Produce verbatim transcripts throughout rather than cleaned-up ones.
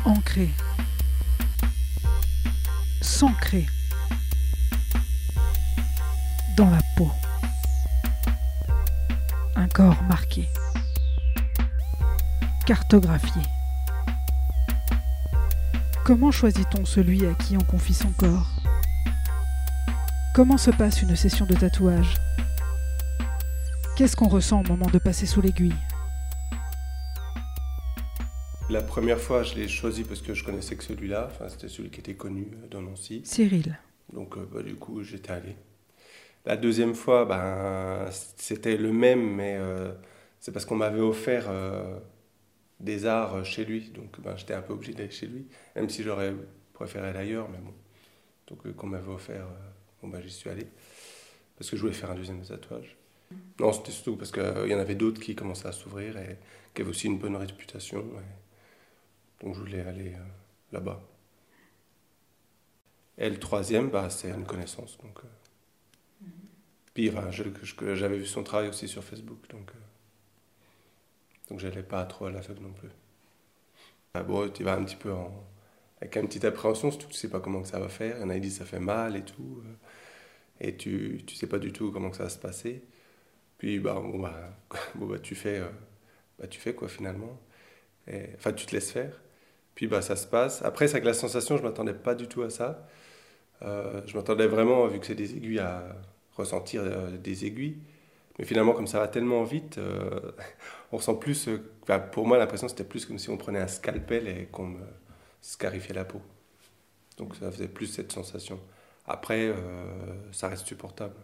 ancré, s'ancrer dans la peau. Un corps marqué, cartographié. Comment choisit-on celui à qui on confie son corps? Comment se passe une session de tatouage? Qu'est-ce qu'on ressent au moment de passer sous l'aiguille? La première fois, je l'ai choisi parce que je connaissais que celui-là. Enfin, c'était celui qui était connu dans Nancy. Cyril. Donc, euh, bah, du coup, j'étais allé. La deuxième fois, ben, c'était le même, mais euh, c'est parce qu'on m'avait offert euh, des arts chez lui. Donc, ben, j'étais un peu obligé d'aller chez lui, même si j'aurais préféré aller ailleurs. Mais bon, donc, euh, qu'on m'avait offert, euh, bon, ben, j'y suis allé. Parce que je voulais faire un deuxième tatouage. Non, c'était surtout parce qu'il euh, y en avait d'autres qui commençaient à s'ouvrir et qui avaient aussi une bonne réputation. Et donc, je voulais aller euh, là-bas. Et le troisième, bah, c'est une connaissance. Donc, euh... mm-hmm. Puis enfin, je, je, j'avais vu son travail aussi sur Facebook, donc, euh... donc j'allais pas trop à l'aveugle non plus. Ah, bon, tu vas un petit peu en... avec une petite appréhension, surtout que tu sais pas comment que ça va faire. Il y en a qui disent que ça fait mal et tout, euh... et tu tu sais pas du tout comment que ça va se passer. Puis bah, bon, bah, bon, bah tu fais, euh... bah, tu fais quoi finalement. Et... Enfin, tu te laisses faire. Puis bah, ça se passe. Après, c'est avec la sensation, je m'attendais pas du tout à ça. Euh, je m'attendais vraiment, vu que c'est des aiguilles, à ressentir euh, des aiguilles. Mais finalement, comme ça va tellement vite, euh, on ressent plus... Euh, enfin, pour moi, l'impression, c'était plus comme si on prenait un scalpel et qu'on me scarifiait la peau. Donc ça faisait plus cette sensation. Après, euh, ça reste supportable.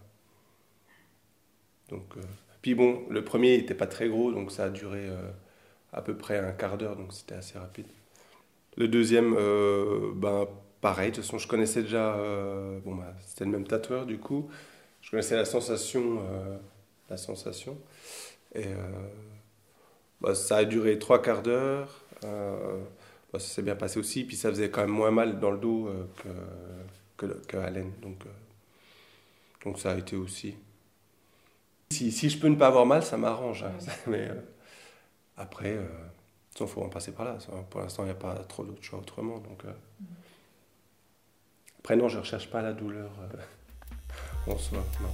Donc, euh, puis bon, le premier n'était pas très gros, donc ça a duré euh, à peu près un quart d'heure, donc c'était assez rapide. Le deuxième, euh, ben... pareil, de toute façon, je connaissais déjà, euh, bon, bah, c'était le même tatoueur du coup, je connaissais la sensation, euh, la sensation, et euh, bah, ça a duré trois quarts d'heure, euh, bah, ça s'est bien passé aussi, puis ça faisait quand même moins mal dans le dos euh, que, que, que à l'aine, donc, euh, donc ça a été aussi. Si, si je peux ne pas avoir mal, ça m'arrange, hein, mais euh, après, euh, il faut en passer par là, pour l'instant il n'y a pas trop d'autres choix autrement, donc... Euh, Après, non, je ne recherche pas la douleur euh, en soi, non.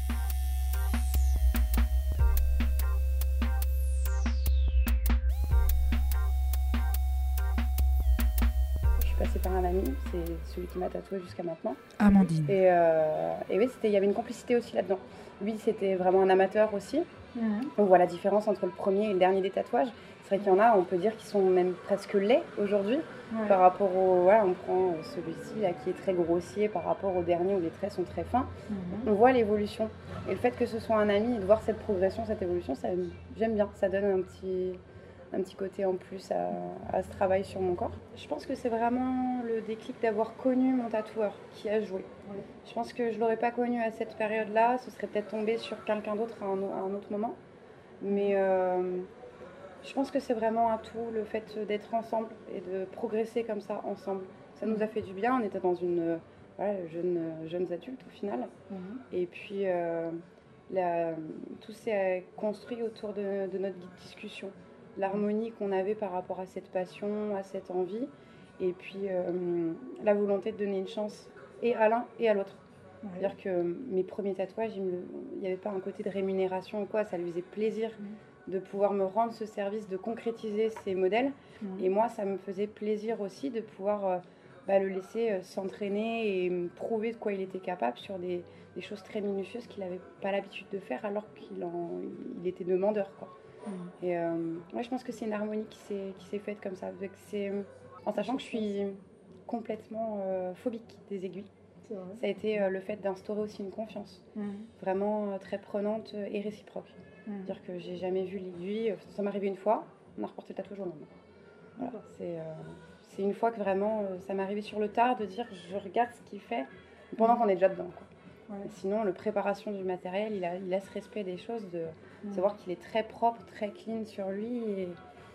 Je suis passée par un ami, c'est celui qui m'a tatouée jusqu'à maintenant. Amandine. Et, euh, et oui, il y avait une complicité aussi là-dedans. Lui, c'était vraiment un amateur aussi. Mmh. On voit la différence entre le premier et le dernier des tatouages. C'est vrai qu'il y en a, on peut dire qu'ils sont même presque laids aujourd'hui. Ouais. Par rapport au... Voilà, on prend celui-ci là, qui est très grossier par rapport au dernier où les traits sont très fins. Mmh. On voit l'évolution. Et le fait que ce soit un ami et de voir cette progression, cette évolution, ça, j'aime bien. Ça donne un petit, un petit côté en plus à, à ce travail sur mon corps. Je pense que c'est vraiment le déclic d'avoir connu mon tatoueur qui a joué. Ouais. Je pense que je ne l'aurais pas connu à cette période-là. Ce serait peut-être tombé sur quelqu'un d'autre à un, à un autre moment. Mais... Euh, Je pense que c'est vraiment un tout, le fait d'être ensemble et de progresser comme ça ensemble. Ça nous a fait du bien, on était dans une voilà, jeune, jeunes adultes au final. Mmh. Et puis euh, la, tout s'est construit autour de, de notre discussion. L'harmonie qu'on avait par rapport à cette passion, à cette envie. Et puis euh, la volonté de donner une chance et à l'un et à l'autre. Mmh. C'est-à-dire que mes premiers tatouages, il n'y avait pas un côté de rémunération ou quoi, ça lui faisait plaisir. Mmh. De pouvoir me rendre ce service, de concrétiser ces modèles. Mmh. Et moi, ça me faisait plaisir aussi de pouvoir euh, bah, le laisser euh, s'entraîner et me prouver de quoi il était capable sur des, des choses très minutieuses qu'il n'avait pas l'habitude de faire alors qu'il en, il était demandeur, quoi. Mmh. Et euh, ouais, je pense que c'est une harmonie qui s'est, qui s'est faite comme ça. C'est, en sachant que je suis complètement euh, phobique des aiguilles. Ça a été euh, le fait d'instaurer aussi une confiance, mmh. vraiment euh, très prenante et réciproque. C'est-à-dire que j'ai jamais vu l'aiguille, ça m'est arrivé une fois, on a reporté le tatouage au lendemain. Voilà, c'est, euh, c'est une fois que vraiment euh, ça m'est arrivé sur le tard de dire je regarde ce qu'il fait pendant mmh. qu'on est déjà dedans, quoi. Ouais. Sinon, la préparation du matériel, il a, il a ce respect des choses, de mmh. savoir qu'il est très propre, très clean sur lui. Et,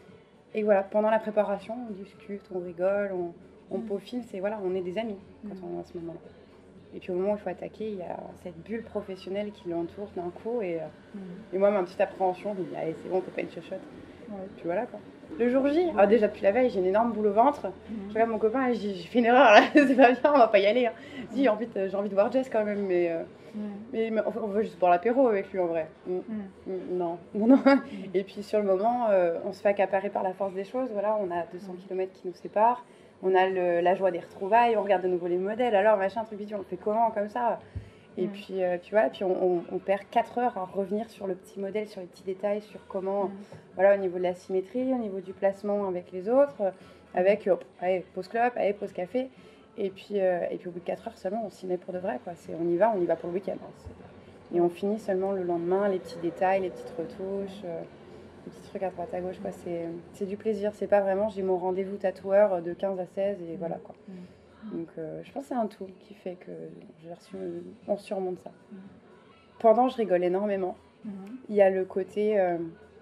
et voilà, pendant la préparation, on discute, on rigole, on, on mmh. peaufine, c'est, voilà, on est des amis quand mmh. on est à ce moment-là. Et puis au moment où il faut attaquer, il y a cette bulle professionnelle qui l'entoure d'un coup. Et, mmh. et moi, ma petite appréhension, je me dis, allez, c'est bon, t'es pas une chochotte. Ouais. Puis voilà quoi. Le jour J, ouais. ah, déjà depuis la veille, j'ai une énorme boule au ventre. Mmh. Je regarde mon copain et je dis, j'ai fait une erreur là, c'est pas bien, on va pas y aller. Hein. Je dis, en fait, j'ai envie de voir Jess quand même, mais, euh, mmh. mais, mais on veut juste boire l'apéro avec lui en vrai. Mmh. Mmh. Non, non, non. Mmh. Et puis sur le moment, euh, on se fait accaparer par la force des choses. Voilà, on a deux cents kilomètres qui nous séparent. On a le, la joie des retrouvailles, on regarde de nouveau les modèles. Alors, machin, truc, on le fait comment comme ça? Et mmh. puis, euh, puis voilà, puis on, on, on perd quatre heures à revenir sur le petit modèle, sur les petits détails, sur comment, mmh. voilà, au niveau de la symétrie, au niveau du placement avec les autres, euh, avec, oh, allez, pause clope, allez, pause café. Et puis, euh, et puis au bout de quatre heures seulement, on s'y met pour de vrai, quoi. C'est, on y va, on y va pour le week-end. Hein. Et on finit seulement le lendemain, les petits détails, les petites retouches, euh, les petits trucs à droite à gauche, quoi. C'est, c'est du plaisir, c'est pas vraiment, j'ai mon rendez-vous tatoueur de quinze à seize et mmh. voilà, quoi. Mmh. Donc euh, je pense que c'est un tout qui fait que j'ai reçu, on surmonte ça. Mmh. Pendant, je rigole énormément. Mmh. Il y a le côté, euh,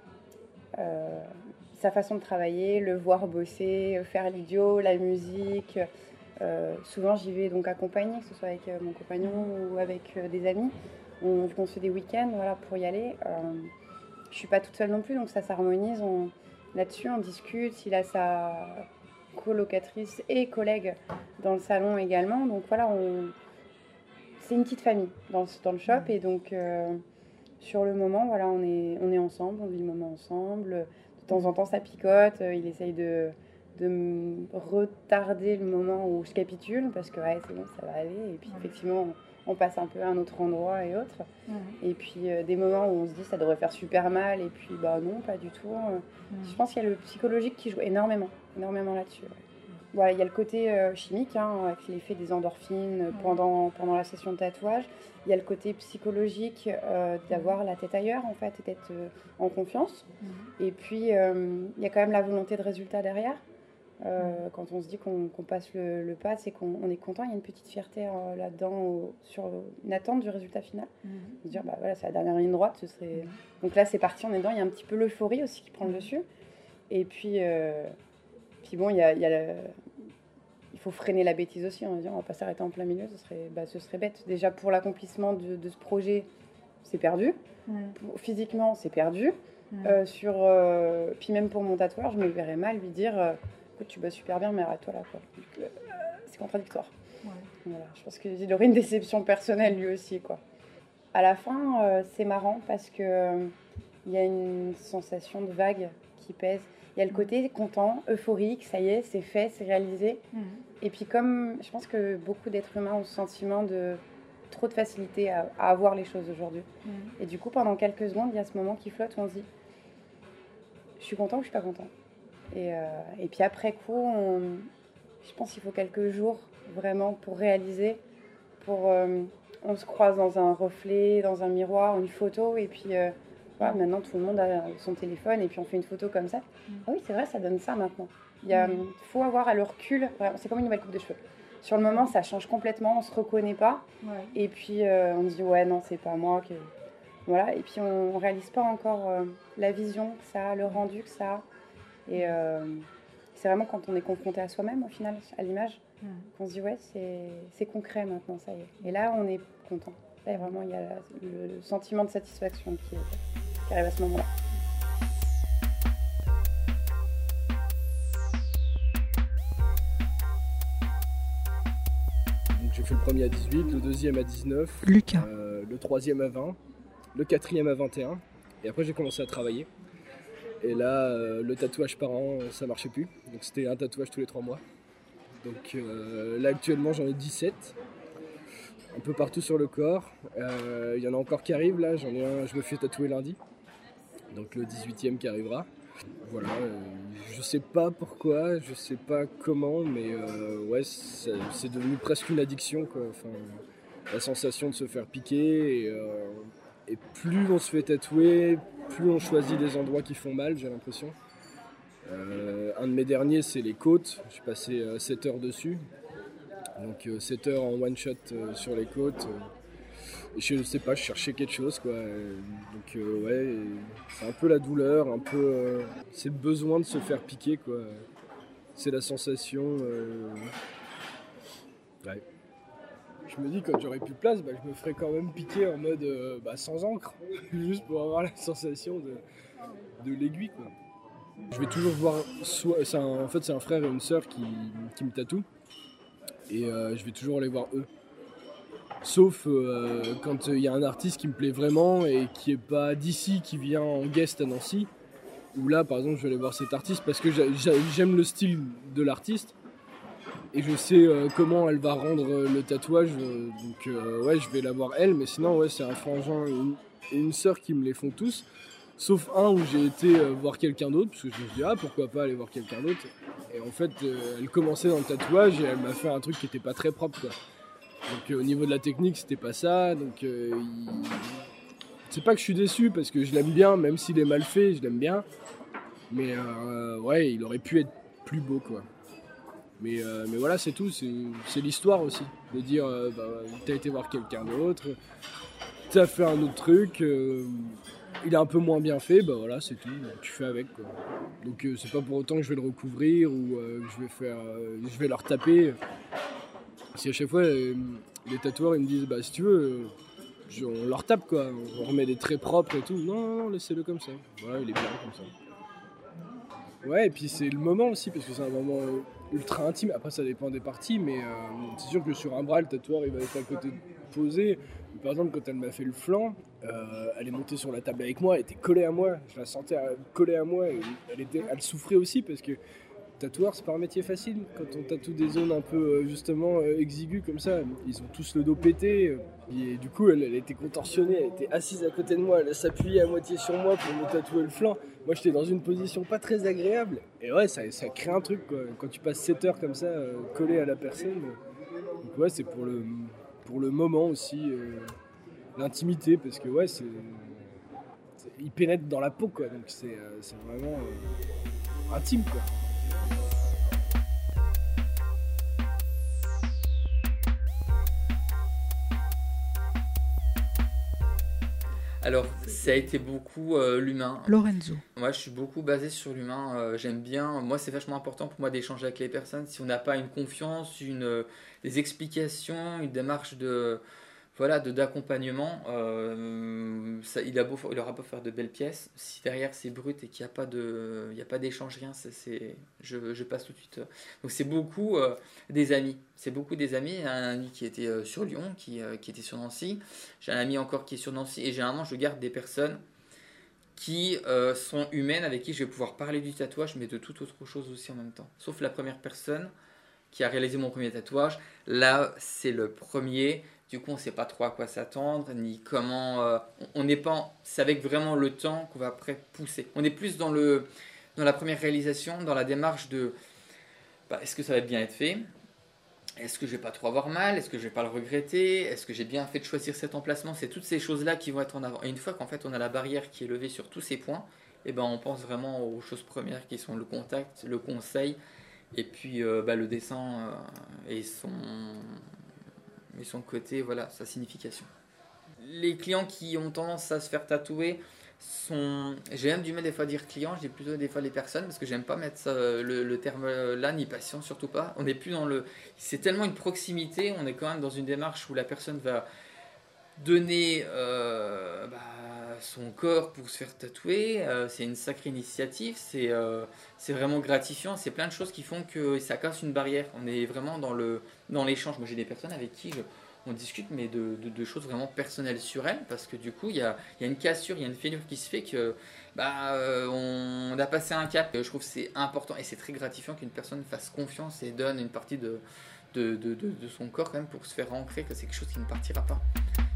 euh, sa façon de travailler, le voir bosser, faire l'idiot, la musique. Euh, souvent, j'y vais donc accompagnée, que ce soit avec euh, mon compagnon ou avec euh, des amis. On, on se fait des week-ends voilà, pour y aller. Euh, je ne suis pas toute seule non plus, donc ça s'harmonise. On, là-dessus, on discute. Il a sa colocatrice et collègue dans le salon également. Donc voilà, on... c'est une petite famille dans, dans le shop. Et donc, euh, sur le moment, voilà, on est, on est ensemble, on vit le moment ensemble. De temps en temps, ça picote. Il essaye de, de me retarder le moment où je capitule parce que ouais, c'est bon, ça va aller. Et puis, effectivement, on, on passe un peu à un autre endroit et autres. Et puis, euh, des moments où on se dit ça devrait faire super mal. Et puis, bah non, pas du tout. Je pense qu'il y a le psychologique qui joue énormément, énormément là-dessus. Ouais. Voilà, il y a le côté euh, chimique, hein, avec l'effet des endorphines euh, pendant, pendant la session de tatouage. Il y a le côté psychologique euh, d'avoir la tête ailleurs, en fait, et d'être euh, en confiance. Mmh. Et puis, euh, il y a quand même la volonté de résultat derrière. Euh, mmh. Quand on se dit qu'on, qu'on passe le, le pas, c'est qu'on on est content. Il y a une petite fierté euh, là-dedans, au, sur une attente du résultat final. Mmh. Se dire, bah voilà, c'est la dernière ligne droite. Ce serait... Mmh. Donc là, c'est parti, on est dedans. Il y a un petit peu l'euphorie aussi qui prend le dessus. Et puis... Euh, Puis bon, il y a, y a le... il faut freiner la bêtise aussi en disant on va pas s'arrêter en plein milieu, ce serait, bah, ce serait bête. Déjà pour l'accomplissement de, de ce projet, c'est perdu. Ouais. Pour, physiquement, c'est perdu. Ouais. Euh, sur, euh... Puis même pour mon tatoueur, je me verrais mal lui dire euh, écoute, tu bosses super bien, mais arrête-toi là. Quoi. Donc, euh, c'est contradictoire. Ouais. Voilà. Je pense qu'il aurait une déception personnelle lui aussi. Quoi. À la fin, euh, c'est marrant parce qu'il euh, y a une sensation de vague qui pèse. Il y a le côté content, euphorique, ça y est, c'est fait, c'est réalisé. Mmh. Et puis comme je pense que beaucoup d'êtres humains ont ce sentiment de trop de facilité à, à avoir les choses aujourd'hui. Mmh. Et du coup, pendant quelques secondes, il y a ce moment qui flotte où on se dit je suis content ou je suis pas content. Et, euh, et puis après coup, on, je pense qu'il faut quelques jours vraiment pour réaliser. Pour, euh, on se croise dans un reflet, dans un miroir, une photo, et puis... Euh, Ouais, maintenant, tout le monde a son téléphone et puis on fait une photo comme ça. Mmh. Ah oui, c'est vrai, ça donne ça maintenant. Il mmh. faut avoir à le recul, vraiment, c'est comme une nouvelle coupe de cheveux. Sur le moment, ça change complètement, on ne se reconnaît pas. Ouais. Et puis, euh, on se dit, ouais, non, c'est pas moi. Que... Voilà. Et puis, on ne réalise pas encore euh, la vision que ça a, le rendu que ça a. Et euh, c'est vraiment quand on est confronté à soi-même, au final, à l'image, mmh. qu'on se dit, ouais, c'est, c'est concret maintenant, ça y est. Et là, on est content. Là, vraiment, il y a le, le sentiment de satisfaction qui est... qui arrive à ce moment-là. Donc j'ai fait le premier à dix-huit, le deuxième à dix-neuf, Lucas. Euh, le troisième à vingt, le quatrième à vingt et un, et après j'ai commencé à travailler. Et là, euh, le tatouage par an, ça marchait plus, donc c'était un tatouage tous les trois mois. Donc euh, là actuellement j'en ai dix-sept. Un peu partout sur le corps. Il euh, y en a encore qui arrivent là, j'en ai un, je me fais tatouer lundi. Donc le dix-huitième qui arrivera. Voilà, euh, je sais pas pourquoi, je sais pas comment, mais euh, ouais, c'est, c'est devenu presque une addiction, quoi. Enfin, la sensation de se faire piquer, et, euh, et plus on se fait tatouer, plus on choisit les endroits qui font mal, j'ai l'impression. Euh, un de mes derniers, c'est les côtes, j'ai passé euh, sept heures dessus. Donc euh, sept heures en one shot euh, sur les côtes. Euh, je sais pas, je cherchais quelque chose, quoi. Euh, donc euh, ouais, c'est un peu la douleur, un peu, euh, c'est le besoin de se faire piquer, quoi. C'est la sensation. Euh... Ouais. Je me dis quand j'aurai plus de place, bah, je me ferai quand même piquer en mode euh, bah, sans encre, juste pour avoir la sensation de, de l'aiguille, quoi. Je vais toujours voir, soit, c'est un, en fait c'est un frère et une sœur qui, qui me tatouent, et euh, je vais toujours aller voir eux. Sauf euh, quand il euh, y a un artiste qui me plaît vraiment et qui est pas d'ici, qui vient en guest à Nancy, où là par exemple je vais aller voir cet artiste parce que j'aime le style de l'artiste et je sais euh, comment elle va rendre le tatouage, donc euh, ouais je vais la voir elle, mais sinon ouais c'est un frangin et une, et une sœur qui me les font tous, sauf un où j'ai été euh, voir quelqu'un d'autre parce que je me suis dit ah pourquoi pas aller voir quelqu'un d'autre, et en fait euh, elle commençait dans le tatouage et elle m'a fait un truc qui était pas très propre quoi. Donc euh, au niveau de la technique c'était pas ça, donc euh, il... c'est pas que je suis déçu parce que je l'aime bien, même s'il est mal fait, je l'aime bien, mais euh, ouais il aurait pu être plus beau quoi. Mais, euh, mais voilà c'est tout, c'est, c'est l'histoire aussi, de dire euh, bah, t'as été voir quelqu'un d'autre, t'as fait un autre truc, euh, il est un peu moins bien fait, bah voilà c'est tout, tu fais avec quoi. Donc euh, c'est pas pour autant que je vais le recouvrir ou euh, que je vais faire, euh, je vais leur taper. Si à chaque fois euh, les tatoueurs ils me disent bah si tu veux euh, je, on leur tape quoi, on remet des traits propres et tout, non non non laissez-le comme ça, voilà il est bien comme ça. Ouais et puis c'est le moment aussi parce que c'est un moment ultra intime, après ça dépend des parties mais euh, c'est sûr que sur un bras le tatoueur il va être à côté posé. Par exemple quand elle m'a fait le flanc, euh, elle est montée sur la table avec moi, elle était collée à moi, je la sentais collée à moi et elle, était, elle souffrait aussi parce que tatoueur, c'est pas un métier facile quand on tatoue des zones un peu euh, justement euh, exiguës comme ça. Ils ont tous le dos pété. Euh, et du coup, elle, elle était contorsionnée, elle était assise à côté de moi, elle s'appuyait à moitié sur moi pour me tatouer le flanc. Moi, j'étais dans une position pas très agréable. Et ouais, ça, ça crée un truc quoi. Quand tu passes sept heures comme ça, euh, collé à la personne. Donc ouais, c'est pour le, pour le moment aussi, euh, l'intimité, parce que ouais, c'est, c'est, il pénètre dans la peau quoi. Donc c'est, euh, c'est vraiment euh, intime quoi. Alors, ça a été beaucoup euh, l'humain. Lorenzo. Moi, je suis beaucoup basé sur l'humain. Euh, j'aime bien. Moi, c'est vachement important pour moi d'échanger avec les personnes. Si on n'a pas une confiance, une, euh, des explications, une démarche de, voilà, de, d'accompagnement, euh, ça, il, a beau, il aura beau faire de belles pièces. Si derrière c'est brut et qu'il n'y a pas de, il n'y a pas d'échange, rien, c'est, c'est, je, je passe tout de suite. Donc, c'est beaucoup euh, des amis. C'est beaucoup des amis. J'ai un ami qui était euh, sur Lyon, qui, euh, qui était sur Nancy. J'ai un ami encore qui est sur Nancy. Et généralement, je garde des personnes qui euh, sont humaines, avec qui je vais pouvoir parler du tatouage, mais de toute autre chose aussi en même temps. Sauf la première personne qui a réalisé mon premier tatouage. Là, c'est le premier. Du coup, on ne sait pas trop à quoi s'attendre, ni comment... Euh, on n'est pas... C'est avec vraiment le temps qu'on va après pousser. On est plus dans, le, dans la première réalisation, dans la démarche de... Bah, est-ce que ça va bien être fait ? Est-ce que je ne vais pas trop avoir mal ? Est-ce que je ne vais pas le regretter ? Est-ce que j'ai bien fait de choisir cet emplacement ? C'est toutes ces choses-là qui vont être en avant. Et une fois qu'en fait on a la barrière qui est levée sur tous ces points, eh ben, on pense vraiment aux choses premières qui sont le contact, le conseil, et puis euh, bah, le dessin euh, et, son, et son côté, voilà, sa signification. Les clients qui ont tendance à se faire tatouer sont... J'ai même du mal des fois à dire client, je dis plutôt des fois les personnes, parce que j'aime pas mettre ça, le, le terme là, ni patient, surtout pas. On n'est plus dans le... C'est tellement une proximité, on est quand même dans une démarche où la personne va donner euh, bah, son corps pour se faire tatouer. Euh, c'est une sacrée initiative, c'est, euh, c'est vraiment gratifiant, c'est plein de choses qui font que ça casse une barrière. On est vraiment dans, le, dans l'échange. Moi j'ai des personnes avec qui je... on discute mais de, de, de choses vraiment personnelles sur elles, parce que du coup il y a, y a une cassure, il y a une fêlure qui se fait que bah, euh, on a passé un cap. Je trouve que c'est important et c'est très gratifiant qu'une personne fasse confiance et donne une partie de, de, de, de, de son corps quand même pour se faire ancrer que c'est quelque chose qui ne partira pas.